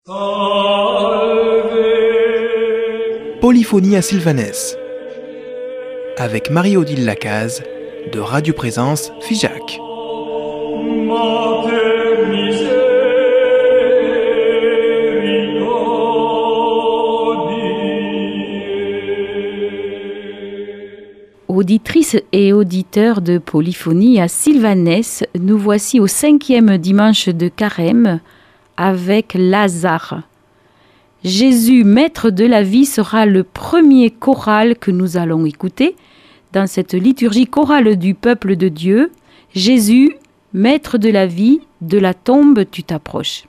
Polyphonie à Sylvanès avec Marie-Odile Lacaze de Radio Présence Figeac. Auditrices et auditeurs de Polyphonie à Sylvanès, nous voici au 5e dimanche de Carême avec Lazare. Jésus, maître de la vie, sera le premier choral que nous allons écouter dans cette liturgie chorale du peuple de Dieu. Jésus, maître de la vie, de la tombe tu t'approches.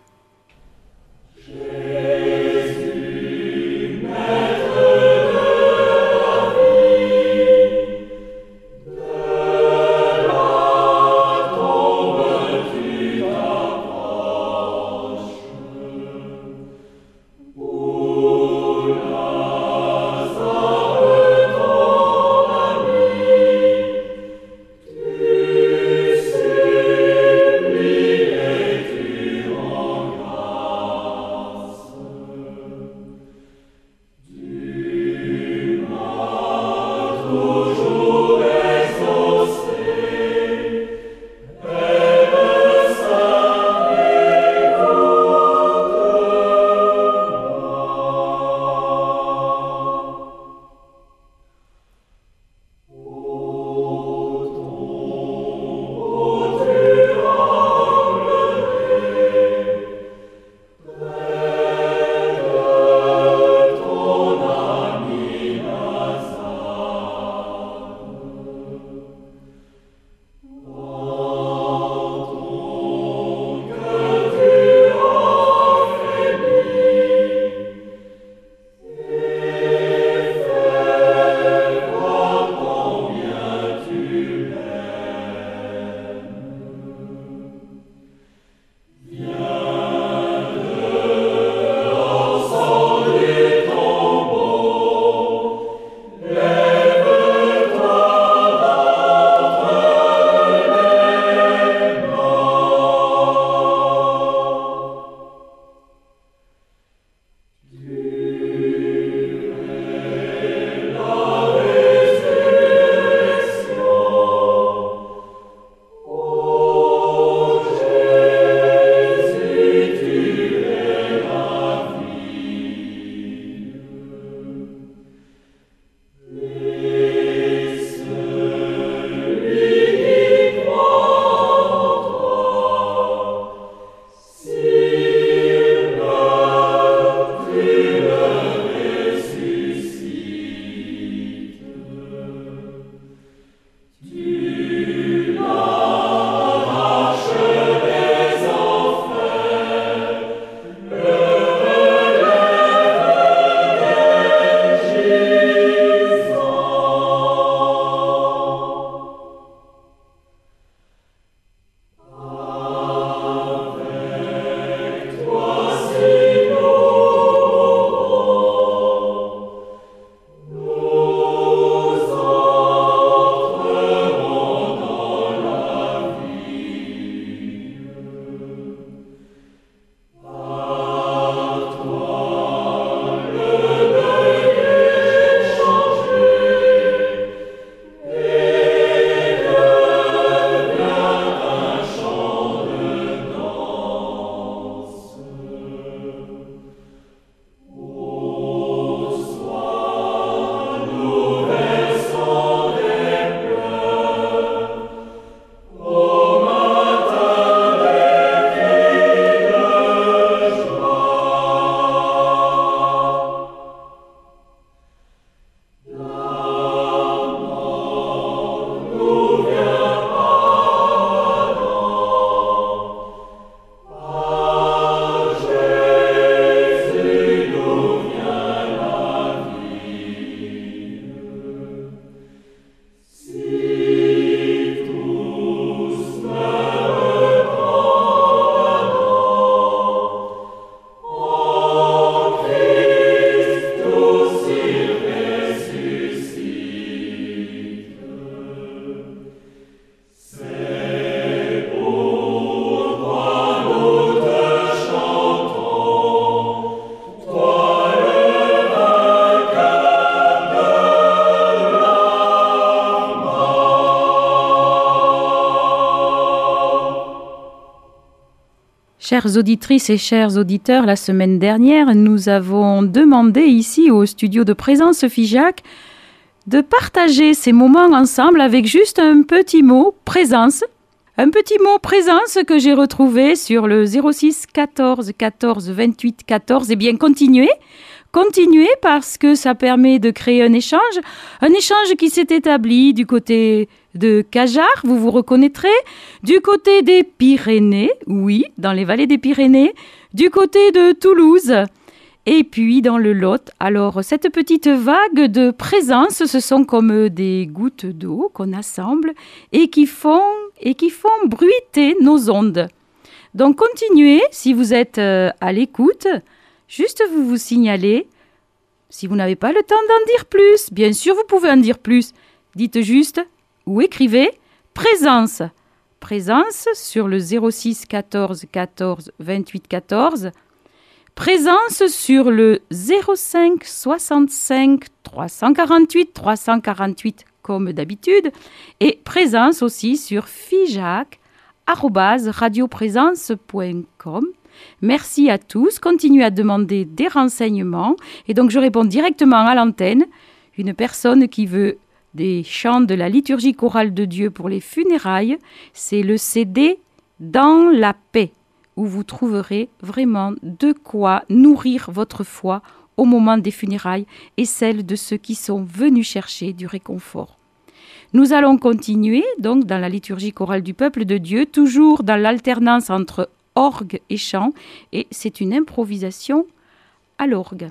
Chères auditrices et chers auditeurs, la semaine dernière, nous avons demandé ici au studio de Présence Figeac de partager ces moments ensemble avec juste un petit mot « présence ». Un petit mot « présence » que j'ai retrouvé sur le 06 14 14 28 14. Eh bien, continuez parce que ça permet de créer un échange qui s'est établi du côté de Cajar, vous vous reconnaîtrez, du côté des Pyrénées, oui, dans les vallées des Pyrénées, du côté de Toulouse, et puis dans le Lot. Alors, cette petite vague de présence, ce sont comme des gouttes d'eau qu'on assemble et qui font bruiter nos ondes. Donc, continuez si vous êtes à l'écoute. Juste vous signalez, si vous n'avez pas le temps d'en dire plus, bien sûr vous pouvez en dire plus, dites juste ou écrivez présence. Présence sur le 06 14 14 28 14. Présence sur le 05 65 348 348 comme d'habitude. Et présence aussi sur figeac@radioprésence.com. Merci à tous. Continuez à demander des renseignements. Et donc, je réponds directement à l'antenne. Une personne qui veut des chants de la liturgie chorale de Dieu pour les funérailles, c'est le CD Dans la paix, où vous trouverez vraiment de quoi nourrir votre foi au moment des funérailles et celle de ceux qui sont venus chercher du réconfort. Nous allons continuer donc dans la liturgie chorale du peuple de Dieu, toujours dans l'alternance entre orgue et chant, et c'est une improvisation à l'orgue.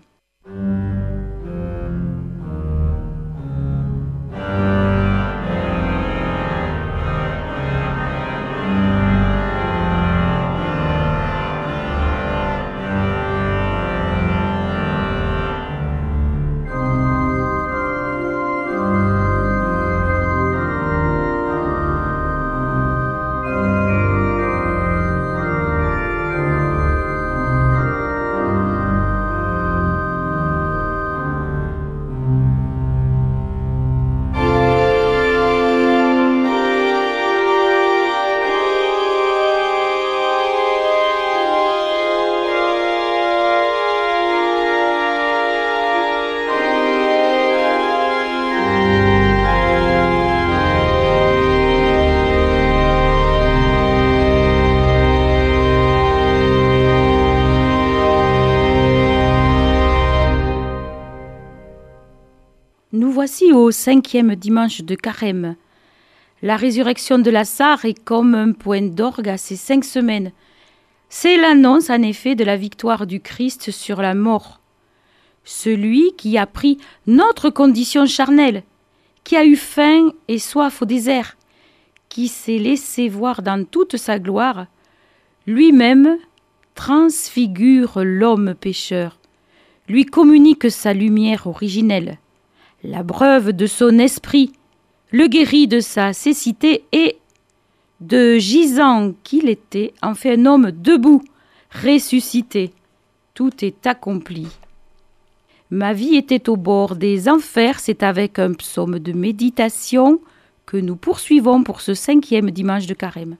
Voici au 5e dimanche de Carême. La résurrection de Lazare est comme un point d'orgue à ces 5 semaines. C'est l'annonce en effet de la victoire du Christ sur la mort. Celui qui a pris notre condition charnelle, qui a eu faim et soif au désert, qui s'est laissé voir dans toute sa gloire, lui-même transfigure l'homme pécheur, lui communique sa lumière originelle, la breuve de son esprit, le guérit de sa cécité et, de gisant qu'il était, en fait un homme debout, ressuscité. Tout est accompli. Ma vie était au bord des enfers, c'est avec un psaume de méditation que nous poursuivons pour ce 5e dimanche de Carême.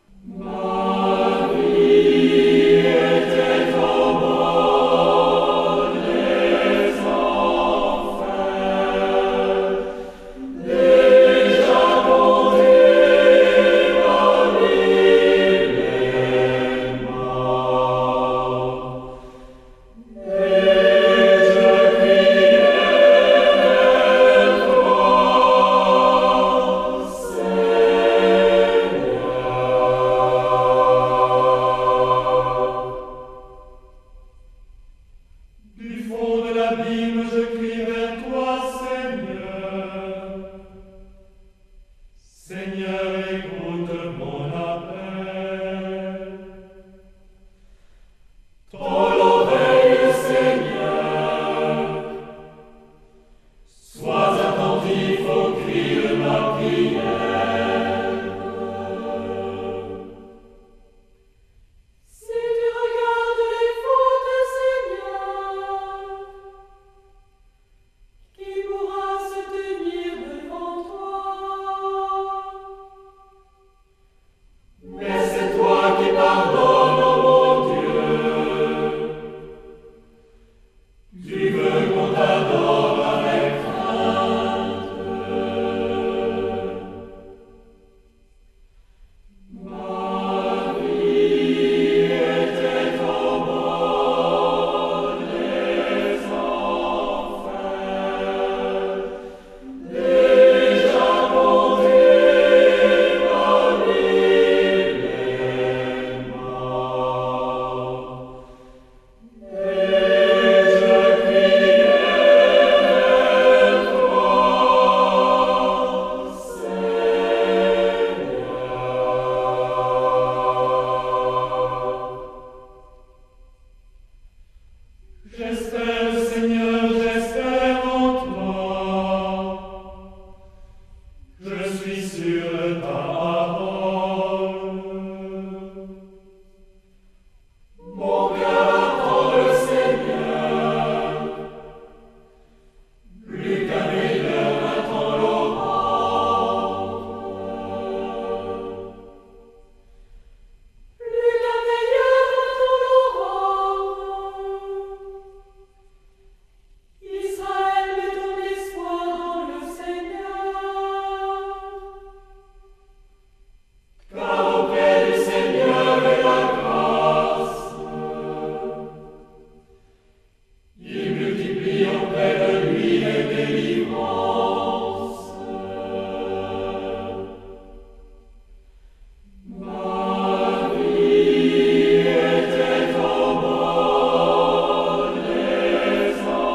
J'espère, Seigneur, j'espère en toi. Je suis sûr de ta parole. Mon cœur attend le Seigneur, plus qu'un meilleur attend l'aurore. Plus qu'un meilleur attend l'aurore. Israël met ton espoir dans le Seigneur. Car auprès du Seigneur est la grâce. Il multiplie auprès de lui les délivrances. Ma vie était en bas des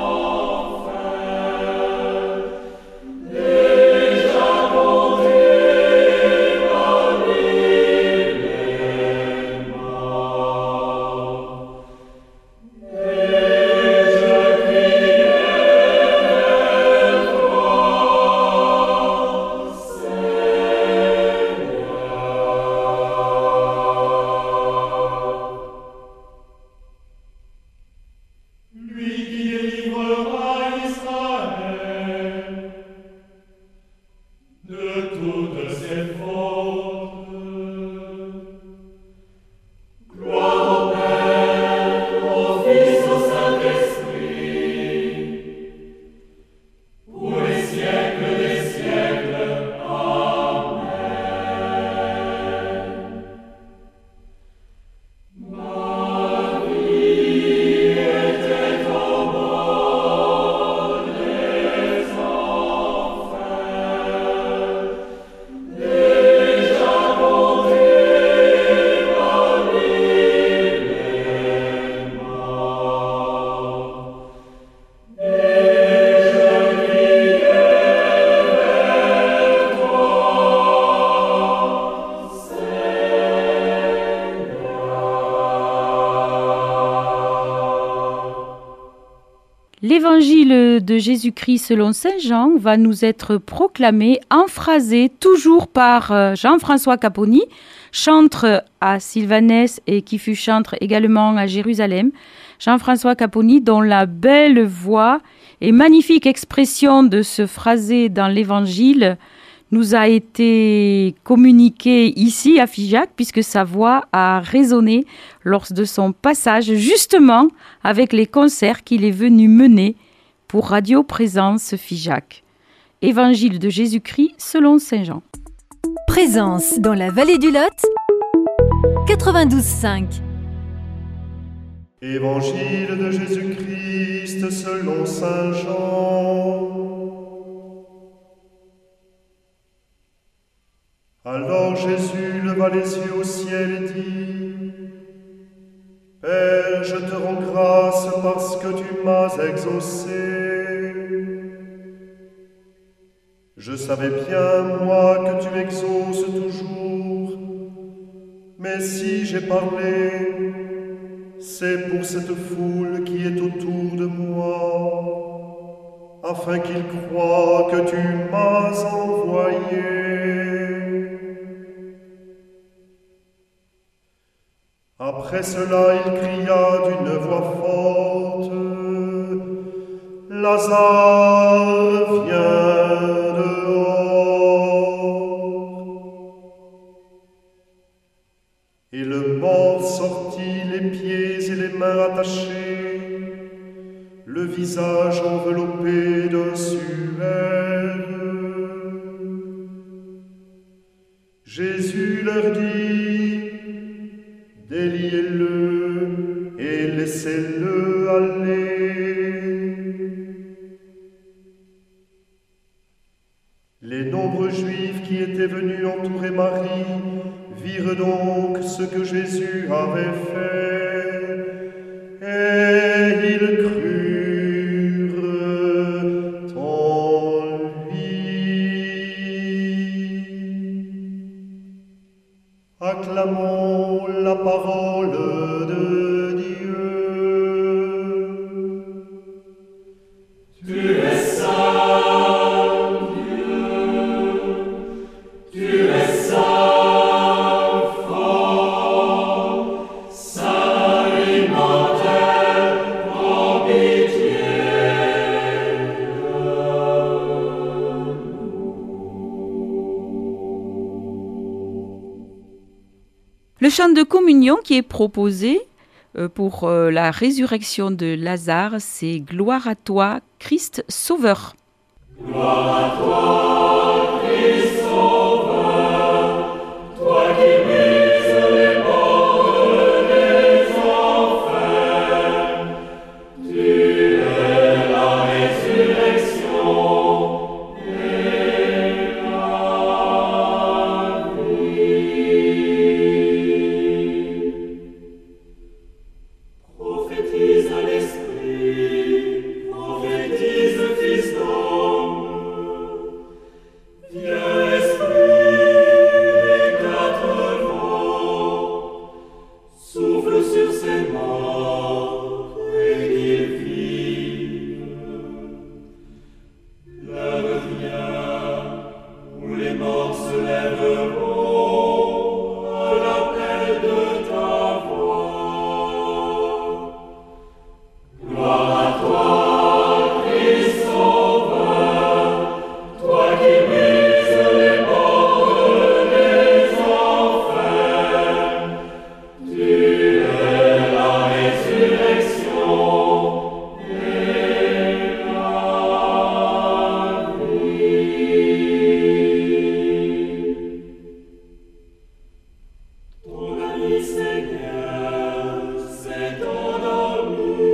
enfers, déjà comptés parmi les morts. Et je criais vers toi, Seigneur. Lui qui délivrera Israël de toutes ses fautes. Gloire au Père, au Fils, au Saint-Esprit, pour les siècles des siècles. Amen. Ma vie était en bas des enfers, déjà comptés parmi les morts. Et je criais vers toi, Seigneur. L'évangile de Jésus-Christ selon Saint Jean va nous être proclamé, emphrasé toujours par Jean-François Caponi, chantre à Sylvanès et qui fut chantre également à Jérusalem. Jean-François Caponi, dont la belle voix et magnifique expression de ce phrasé dans l'évangile nous a été communiquée ici à Figeac, puisque sa voix a résonné lors de son passage justement avec les concerts qu'il est venu mener pour Radio Présence Figeac. Évangile de Jésus-Christ selon Saint Jean. Présence dans la vallée du Lot, 92.5. Évangile de Jésus-Christ selon Saint Jean. Alors Jésus leva les yeux au ciel et dit : Père, je te rends grâce parce que tu m'as exaucé. Je savais bien, moi, que tu m'exauces toujours, mais si j'ai parlé, c'est pour cette foule qui est autour de moi, afin qu'ils croient que tu m'as envoyé. Après cela, il cria d'une voix forte : Lazare, viens dehors. Et le mort sortit, les pieds et les mains attachés, le visage enveloppé d'un suaire. Jésus leur dit : Déliez-le et laissez-le aller. Les nombreux Juifs qui étaient venus entourer Marie virent donc ce que Jésus avait fait, et ils crurent en lui. Acclamons la parole de Dieu. Le chant de communion qui est proposé pour la résurrection de Lazare, c'est « Gloire à toi, Christ Sauveur ». Gloire à toi, Christ Sauveur, toi qui brises les portes des enfers. Tu es la résurrection et la vie. Prophétise à l'esprit, prophétise fils d'homme. Viens esprit des quatre vents, souffle sur ces morts et qu'ils vivent. L'heure vient où les morts se lèveront à l'appel de ta voix. Gloire à toi, Christ Sauveur, toi qui brises les portes des enfers. Tu es la résurrection et la vie. Ton ami Seigneur s'est endormi,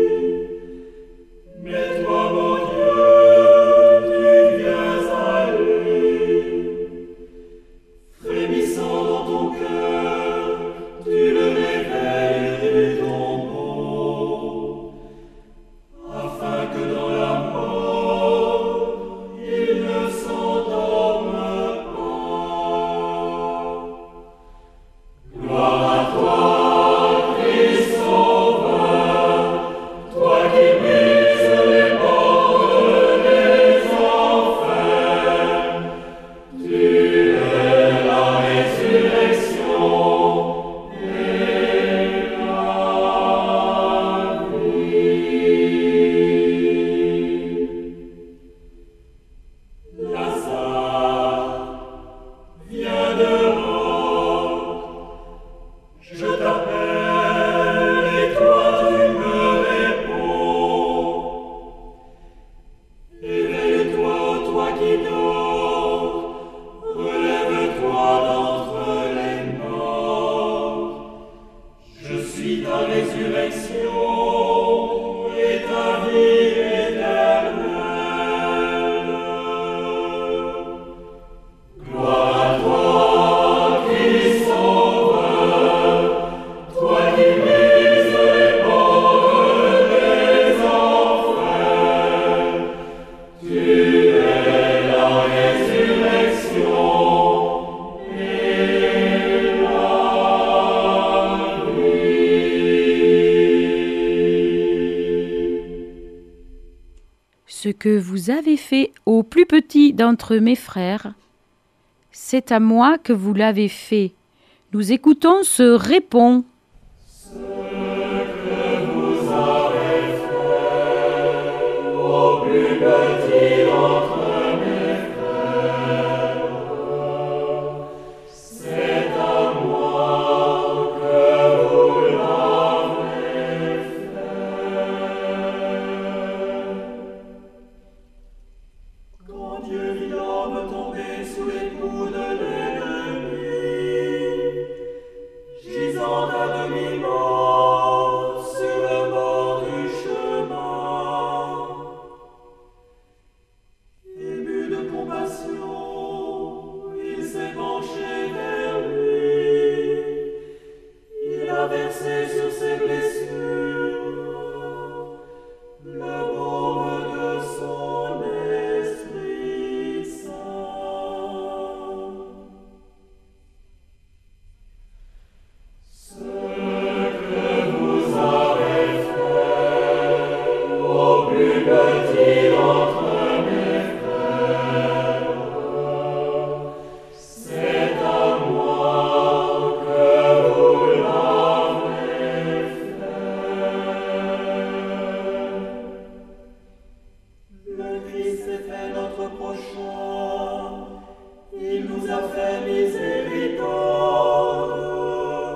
mais toi, mon Dieu, tu viens à lui. Frémissant dans ton cœur, tu le réveilles du tombeau, afin que dans la mort, il ne s'endorme pas. Gloire à toi, Christ Sauveur, toi qui brises les portes des enfers. Tu es la résurrection et la vie. Lazare, viens dehors. Je t'appelle et toi tu me réponds. Éveille-toi, toi qui dors, relève-toi d'entre les morts. Je suis ta résurrection et ta vie éternelle. Gloire à toi, Christ Sauveur, toi qui brises les portes des enfers. Tu es la résurrection et la vie. Ce que vous avez fait au plus petit d'entre mes frères, c'est à moi que vous l'avez fait. Nous écoutons ce répond. Ce que vous avez fait au plus petit d'entre mes frères, c'est à moi que vous l'avez fait. Quand Dieu vit l'homme tomber sous les coups de l'ennemi, gisant à demi-mort sur le bord du chemin, ému de compassion, il s'est penché vers lui. Il a versé sur ses blessures le baume de son Esprit Saint. Ce que vous avez fait au plus petit d'entre mes frères, c'est à moi que vous l'avez fait. Le Christ s'est fait notre prochain, il nous a fait miséricorde.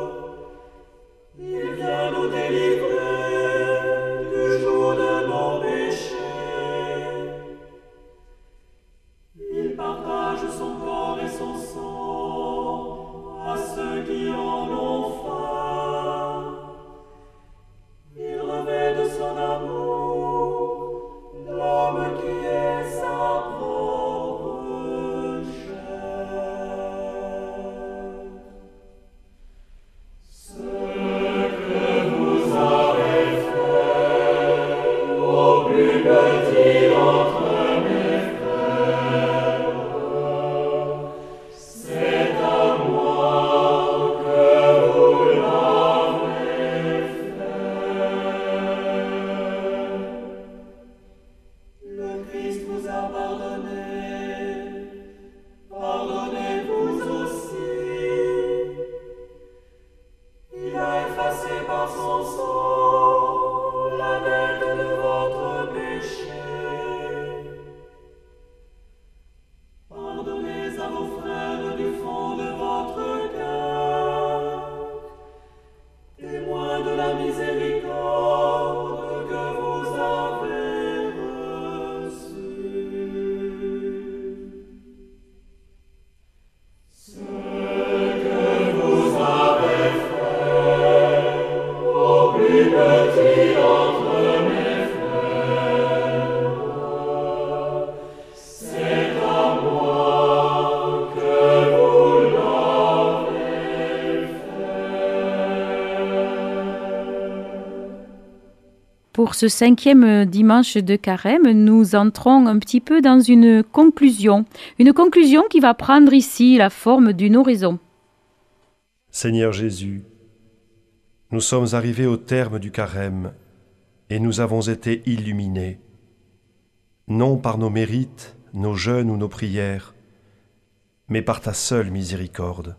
pour ce 5e dimanche de Carême, nous entrons un petit peu dans une conclusion qui va prendre ici la forme d'une oraison. Seigneur Jésus, nous sommes arrivés au terme du Carême et nous avons été illuminés, non par nos mérites, nos jeûnes ou nos prières, mais par ta seule miséricorde.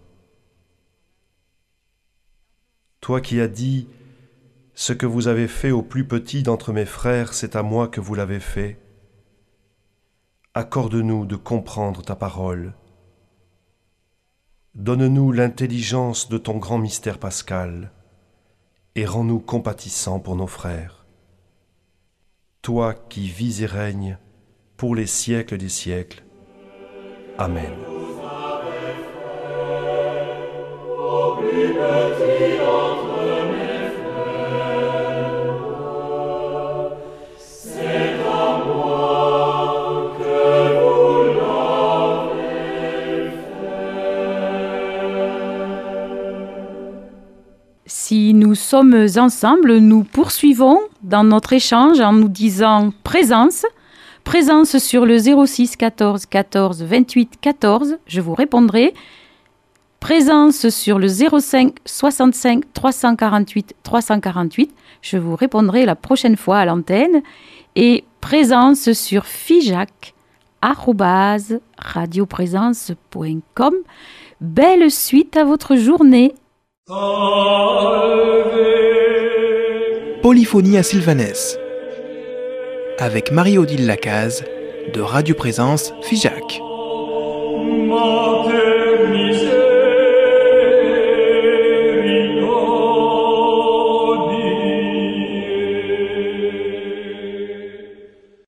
Toi qui as dit « Ce que vous avez fait au plus petit d'entre mes frères, c'est à moi que vous l'avez fait », accorde-nous de comprendre ta parole. Donne-nous l'intelligence de ton grand mystère pascal et rends-nous compatissants pour nos frères. Toi qui vis et règnes pour les siècles des siècles. Amen. Si nous sommes ensemble, nous poursuivons dans notre échange en nous disant présence. Présence sur le 06 14 14 28 14, je vous répondrai. Présence sur le 05 65 348 348, je vous répondrai la prochaine fois à l'antenne. Et présence sur fijac@radioprésence.com. Belle suite à votre journée. Polyphonie à Sylvanès avec Marie-Odile Lacaze de Radio Présence Figeac. Mater